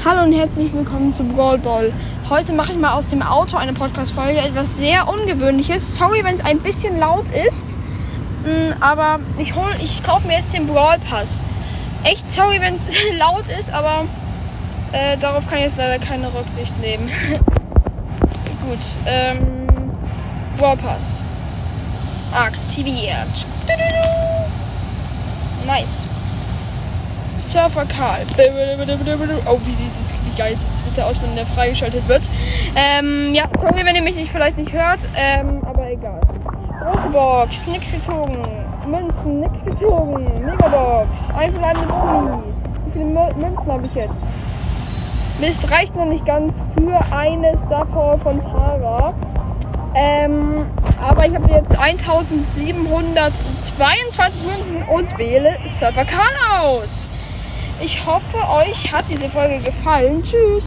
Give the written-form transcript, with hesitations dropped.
Hallo und herzlich willkommen zu Brawl Ball. Heute mache ich mal aus dem Auto eine Podcast-Folge, etwas sehr Ungewöhnliches. Sorry, wenn es ein bisschen laut ist, aber ich kaufe mir jetzt den Brawl Pass. Echt sorry, wenn es laut ist, aber darauf kann ich jetzt leider keine Rücksicht nehmen. Gut, Brawl Pass aktiviert. Nice. Surfer Karl. Oh, wie geil sieht das bitte aus, wenn der freigeschaltet wird. Ja, sorry, wenn ihr mich vielleicht nicht hört, aber egal. Große Box, nix gezogen. Münzen, nix gezogen. Megabox, einzelne Boni. Wie viele Münzen habe ich jetzt? Mist, reicht noch nicht ganz für eine Star Power von Tara. Aber ich habe jetzt 1722 Münzen und wähle Surfer Karl aus. Ich hoffe, euch hat diese Folge gefallen. Tschüss.